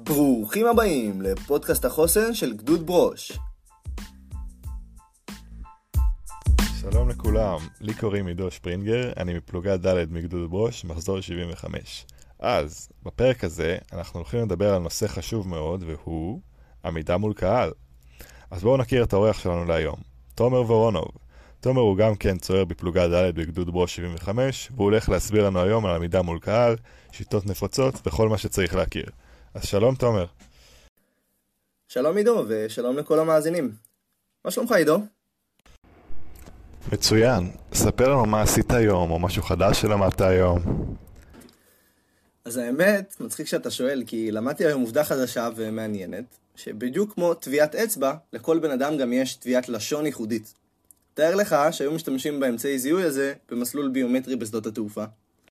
ברוכים הבאים לפודקאסט החוסן של גדוד ברוש. שלום לכולם, לי קוראים עידו שפרינגר, אני מפלוגה ד' מגדוד ברוש, מחזור 75. אז, בפרק הזה אנחנו הולכים לדבר על נושא חשוב מאוד, והוא עמידה מול קהל. אז בואו נכיר את האורח שלנו להיום, תומר וורונוב. תומר הוא גם כן צוער בפלוגה ד' בגדוד ברוש 75, והוא הולך להסביר לנו היום על עמידה מול קהל, שיטות נפוצות וכל מה שצריך להכיר. אז שלום תומר. שלום עידו ושלום לכל המאזינים. מה שלומך עידו? מצוין, ספר לנו מה עשית היום או משהו חדש שלמדת היום. אז האמת, מצחיק שאתה שואל, כי למדתי היום עובדה חדשה ומעניינת, שבדיוק כמו טביעת אצבע, לכל בן אדם גם יש טביעת לשון ייחודית. תאר לך שהיום משתמשים באמצעי זיהוי הזה במסלול ביומטרי בשדות התעופה.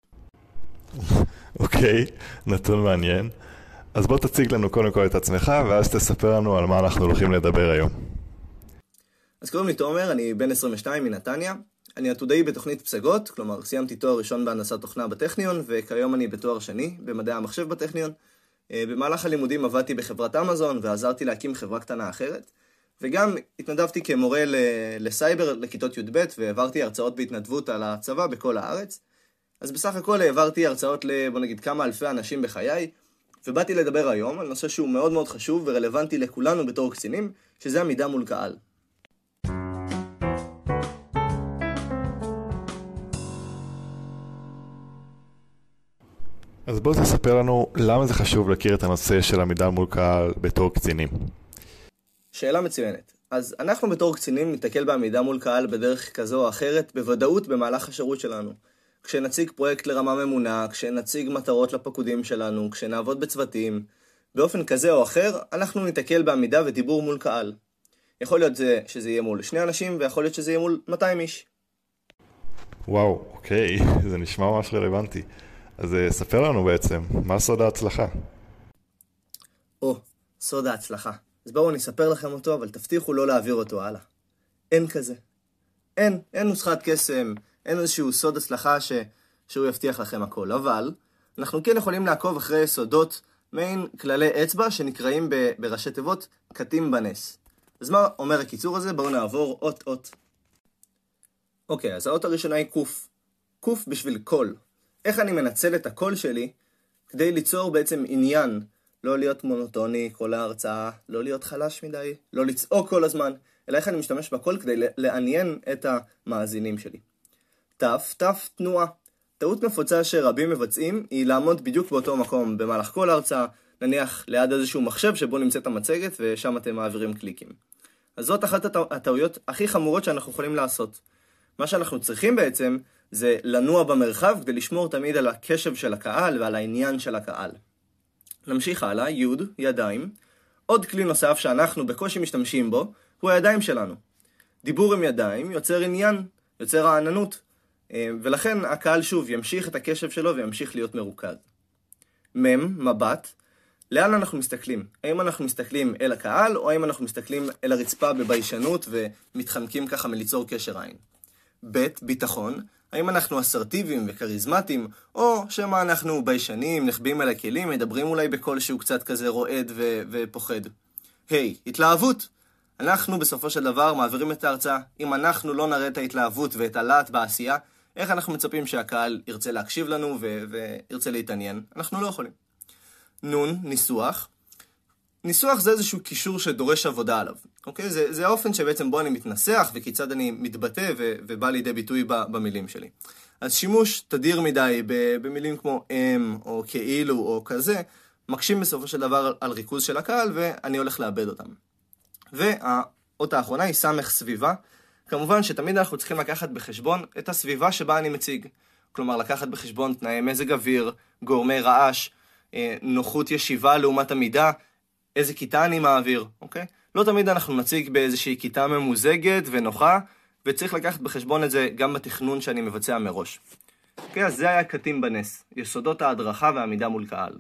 אוקיי, נתון מעניין. אז בוא תציג לנו קודם כל את עצמך, ואז תספר לנו על מה אנחנו הולכים לדבר היום. אז קוראים לי תומר, אני בן 22 מנתניה. אני עתודאי בתוכנית פסגות, כלומר סיימתי תואר ראשון בהנדסת תוכנה בטכניון, וכיום אני בתואר שני במדעי המחשב בטכניון. במהלך הלימודים עבדתי בחברת אמזון ועזרתי להקים חברה קטנה אחרת. וגם התנדבתי כמורה לסייבר לכיתות י"ב, והעברתי הרצאות בהתנדבות על הצבא בכל הארץ. אז בסך הכל העברתי הרצאות בוא נגיד כמה אלפי אנשים בחיי, ובאתי לדבר היום על נושא שהוא מאוד מאוד חשוב ורלוונטי לכולנו בתור קצינים, שזה עמידה מול קהל. אז בוא תספר לנו למה זה חשוב להכיר את הנושא של עמידה מול קהל בתור קצינים. שאלה מצוינת. אז אנחנו בתור קצינים נתקל בעמידה מול קהל בדרך כזו או אחרת בוודאות במהלך השירות שלנו. כשנציג פרויקט לרמה ממונה, כשנציג מטרות לפקודים שלנו, כשנעבוד בצוותים, באופן כזה או אחר, אנחנו נתקל בעמידה ודיבור מול קהל. יכול להיות שזה יהיה מול 2 אנשים, ויכול להיות שזה יהיה מול 200 איש. וואו, אוקיי, זה נשמע ממש רלוונטי. אז ספר לנו בעצם, מה סוד ההצלחה? סוד ההצלחה. אז בואו נספר לכם אותו, אבל תבטיחו לא להעביר אותו הלאה. אין כזה. אין נוסחת קסם, אין איזשהו סוד הצלחה שהוא יבטיח לכם הכל. אבל אנחנו כן יכולים לעקוב אחרי סודות, מעין כללי אצבע שנקראים בראשי תיבות קטים בנס. אז מה אומר הקיצור הזה? בואו נעבור אות. אוקיי, אז האות הראשונה היא קוף. קוף בשביל קול. איך אני מנצל את הקול שלי כדי ליצור בעצם עניין, לא להיות מונוטוני כל ההרצאה, לא להיות חלש מדי, לא לצעוק כל הזמן, אלא איך אני משתמש בקול כדי לעניין את המאזינים שלי. תף, תנועה. טעות נפוצה שרבים מבצעים היא לעמוד בדיוק באותו מקום במהלך כל ההרצאה, נניח ליד איזשהו מחשב שבו נמצאת המצגת ושם אתם מעבירים קליקים. אז זאת אחת הטעויות הכי חמורות שאנחנו יכולים לעשות. מה שאנחנו צריכים בעצם זה לנוע במרחב כדי לשמור תמיד על הקשב של הקהל ועל העניין של הקהל. נמשיך הלאה, ידיים. עוד כלי נוסף שאנחנו בקושי משתמשים בו הוא הידיים שלנו. דיבור עם ידיים יוצר עניין, יוצר העננות, ולכן הקהל שוב ימשיך את הקשב שלו וימשיך להיות מרוכז. מבט. לאן אנחנו מסתכלים? האם אנחנו מסתכלים אל הקהל או האם אנחנו מסתכלים אל הרצפה בביישנות ומתחמקים ככה מליצור קשר עין? ביטחון. האם אנחנו אסרטיביים וקריזמטיים, או שמה אנחנו ביישנים, נחבים על הכלים, מדברים אולי בקול שהוא קצת כזה רועד ופוחד. התלהבות. אנחנו בסופו של דבר מעבירים את ההרצאה. אם אנחנו לא נראה את ההתלהבות ואת הלהט בעשייה, איך אנחנו מצפים שהקהל ירצה להקשיב לנו וירצה להתעניין? אנחנו לא יכולים. ניסוח. ניסוח זה איזשהו קישור שדורש עבודה עליו. אוקיי? זה האופן שבעצם בו אני מתנסח וכיצד אני מתבטא ובא לידי ביטוי במילים שלי. אז שימוש תדיר מדי במילים כמו או כאילו או כזה, מקשים בסופו של דבר על ריכוז של הקהל ואני הולך לאבד אותם. והאות האחרונה היא סביבה. כמובן שתמיד אנחנו צריכים לקחת בחשבון את הסביבה שבה אני מציג. כלומר לקחת בחשבון תנאי מזג אוויר, גורמי רעש, נוחות ישיבה לעומת עמידה, איזה כיתה אני מעביר, אוקיי? לא תמיד אנחנו נציג באיזושהי כיתה ממוזגת ונוחה, וצריך לקחת בחשבון את זה גם בתכנון שאני מבצע מראש. אוקיי, אז זה היה קטים בנס, יסודות ההדרכה והעמידה מול קהל.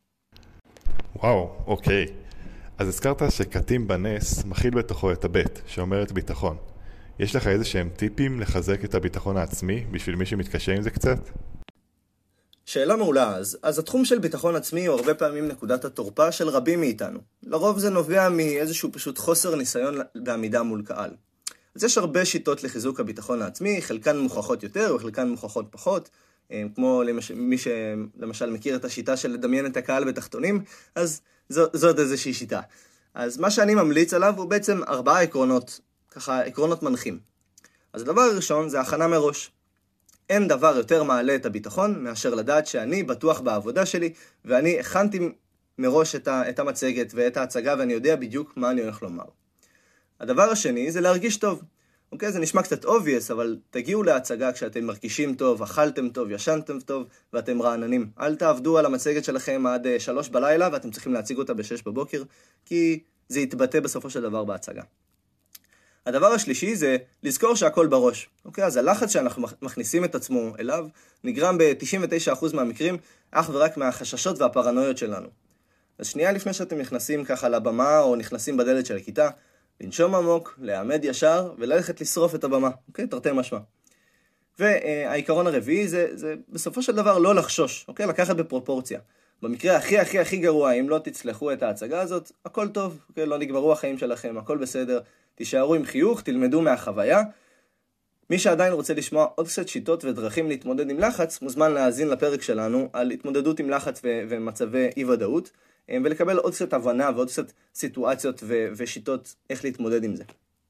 וואו, אוקיי. אז הזכרת שקטים בנס מכיל בתוכו את הבית, שאומרת ביטחון. יש לך איזה שהם טיפים לחזק את הביטחון העצמי בשביל מי שמתקשה עם זה קצת? שאלה מעולה. אז התחום של ביטחון עצמי הוא הרבה פעמים נקודת התורפה של רבים מאיתנו. לרוב זה נובע מאיזשהו פשוט חוסר ניסיון בעמידה מול קהל. אז יש הרבה שיטות לחיזוק הביטחון העצמי, חלקן מוכחות יותר וחלקן מוכחות פחות, כמו מי שלמשל מכיר את השיטה של לדמיין את הקהל בתחתונים, אז זאת איזושהי שיטה. אז מה שאני ממליץ עליו הוא בעצם 4 עקרונות, ככה עקרונות מנחים. אז הדבר הראשון זה הכנה מראש. אין דבר יותר מעלה את הביטחון מאשר לדעת שאני בטוח בעבודה שלי, ואני הכנתי מראש את המצגת ואת ההצגה, ואני יודע בדיוק מה אני הולך לומר. הדבר השני זה להרגיש טוב. אוקיי, זה נשמע קצת obvious, אבל תגיעו להצגה כשאתם מרגישים טוב, אכלתם טוב, ישנתם טוב, ואתם רעננים. אל תעבדו על המצגת שלכם עד 3 בלילה, ואתם צריכים להציג אותה ב6 בבוקר, כי זה יתבטא בסופו של דבר בהצגה. הדבר השלישי זה לזכור שהכל בראש. אוקיי, אז הלחץ שאנחנו מכניסים את עצמו אליו, נגרם ב-99% מהמקרים, אך ורק מהחששות והפרנויות שלנו. אז שנייה לפני שאתם נכנסים ככה לבמה, או נכנסים בדלת של הכיתה, לנשום עמוק, לעמד ישר, וללכת לשרוף את הבמה. אוקיי? תרתי משמע. והעיקרון הרביעי זה בסופו של דבר לא לחשוש. אוקיי? לקחת בפרופורציה. במקרה הכי גרוע, אם לא תצלחו את ההצגה הזאת, הכל טוב. אוקיי? לא נגמרו החיים שלכם, הכל בסדר. תישארו עם חיוך, תלמדו מהחוויה. מי שעדיין רוצה לשמוע עוד קצת שיטות ודרכים להתמודד עם לחץ, מוזמן להאזין לפרק שלנו על התמודדות עם לחץ ומצבי אי-ודאות. ולקבל עוד קצת הבנה ועוד קצת סיטואציות ושיטות איך להתמודד עם זה.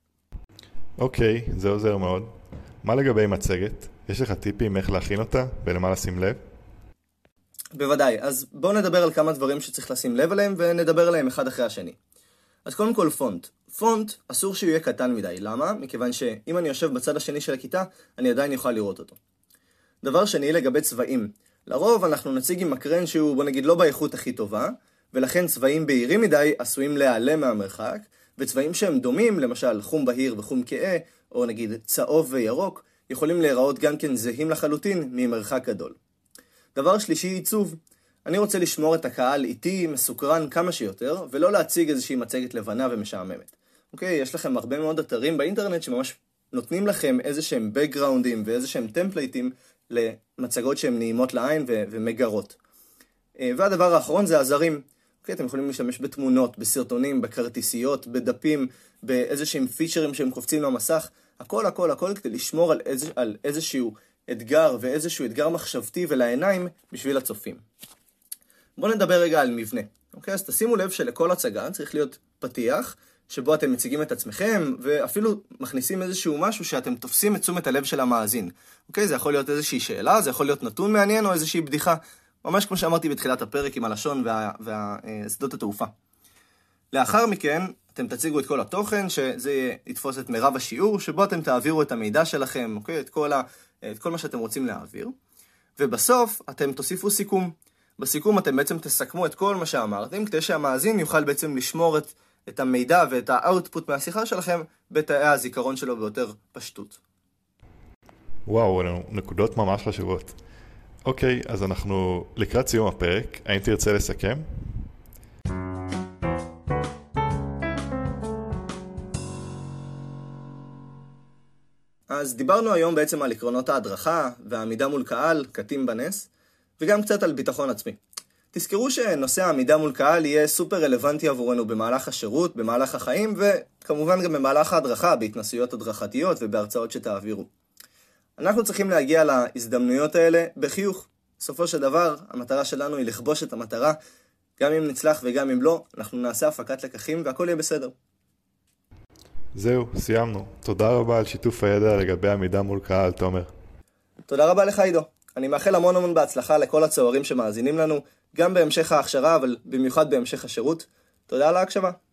אוקיי, זה עוזר מאוד. מה לגבי מצגת? יש לך טיפים איך להכין אותה ולמה לשים לב? בוודאי, אז בואו נדבר על כמה דברים שצריך לשים לב עליהם ונדבר עליהם אחד אחרי השני. אז קודם כל פונט. פונט אסור שהוא יהיה קטן מדי. למה? מכיוון שאם אני יושב בצד השני של הכיתה, אני עדיין יוכל לראות אותו. דבר שני לגבי צבעים. לרוב אנחנו נציג עם מקרן שהוא בוא נגיד לא באיכות הכי טובה, ולכן צבעים בהירים מדי עשויים להיעלם מהמרחק, וצבעים שהם דומים, למשל חום בהיר וחום כהה, או נגיד צהוב וירוק, יכולים להיראות גם כן זהים לחלוטין ממרחק גדול. דבר שלישי, עיצוב. אני רוצה לשמור את הקהל איתי מסוקרן כמה שיותר, ולא להציג איזושהי מצגת לבנה ומשעממת. אוקיי, יש לכם הרבה מאוד אתרים באינטרנט שממש נותנים לכם איזשהם בקגראונדים ואיזשהם טמפלייטים למצגות שהן נעימות לעין ומגרות. והדבר האחרון זה עזרים. אוקיי, אתם יכולים להשתמש בתמונות, בסרטונים, בכרטיסיות, בדפים, באיזשהם פיצ'רים שהם קופצים למסך. הכל כדי לשמור על איזשהו אתגר ואיזשהו אתגר מחשבתי ולעיניים בשביל הצופים. בואו נדבר רגע על מבנה. אוקיי, אז תשימו לב שלכל הצגה צריך להיות פתיח, שבו אתם מציגים את עצמכם, ואפילו מכניסים איזשהו משהו שאתם תופסים את תשומת הלב של המאזין. אוקיי, זה יכול להיות איזושהי שאלה, זה יכול להיות נתון מעניין או איזושהי בדיחה. ממש כמו שאמרתי בתחילת הפרק עם הלשון והשדות התעופה. לאחר מכן, אתם תציגו את כל התוכן, שזה יתפוס את מירב השיעור, שבו אתם תעבירו את המידע שלכם, אוקיי? את כל מה שאתם רוצים להעביר. ובסוף, אתם תוסיפו סיכום. בסיכום אתם בעצם תסכמו את כל מה שאמרתם, כדי שהמאזין יוכל בעצם לשמור את המידע ואת האוטפוט מהשיחה שלכם, בתאי הזיכרון שלו ביותר פשטות. וואו, נקודות ממש חשובות. אוקיי, אז אנחנו לקראת סיום הפרק. האם תרצה לסכם? אז דיברנו היום בעצם על עקרונות ההדרכה והעמידה מול קהל, קטים בנס, וגם קצת על ביטחון עצמי. תזכרו שנושא העמידה מול קהל יהיה סופר רלוונטי עבורנו במהלך השירות, במהלך החיים, וכמובן גם במהלך ההדרכה, בהתנסויות הדרכתיות ובהרצאות שתעבירו. אנחנו צריכים להגיע להזדמנויות האלה בחיוך. בסופו של דבר, המטרה שלנו היא לכבוש את המטרה, גם אם נצלח וגם אם לא, אנחנו נעשה הפקת לקחים והכל יהיה בסדר. זהו, סיימנו. תודה רבה על שיתוף הידע לגבי עמידה מול קהל, תומר. תודה רבה לך, עידו. אני מאחל המון בהצלחה לכל הצוערים שמאזינים לנו, גם בהמשך ההכשרה, אבל במיוחד בהמשך השירות. תודה על ההקשבה.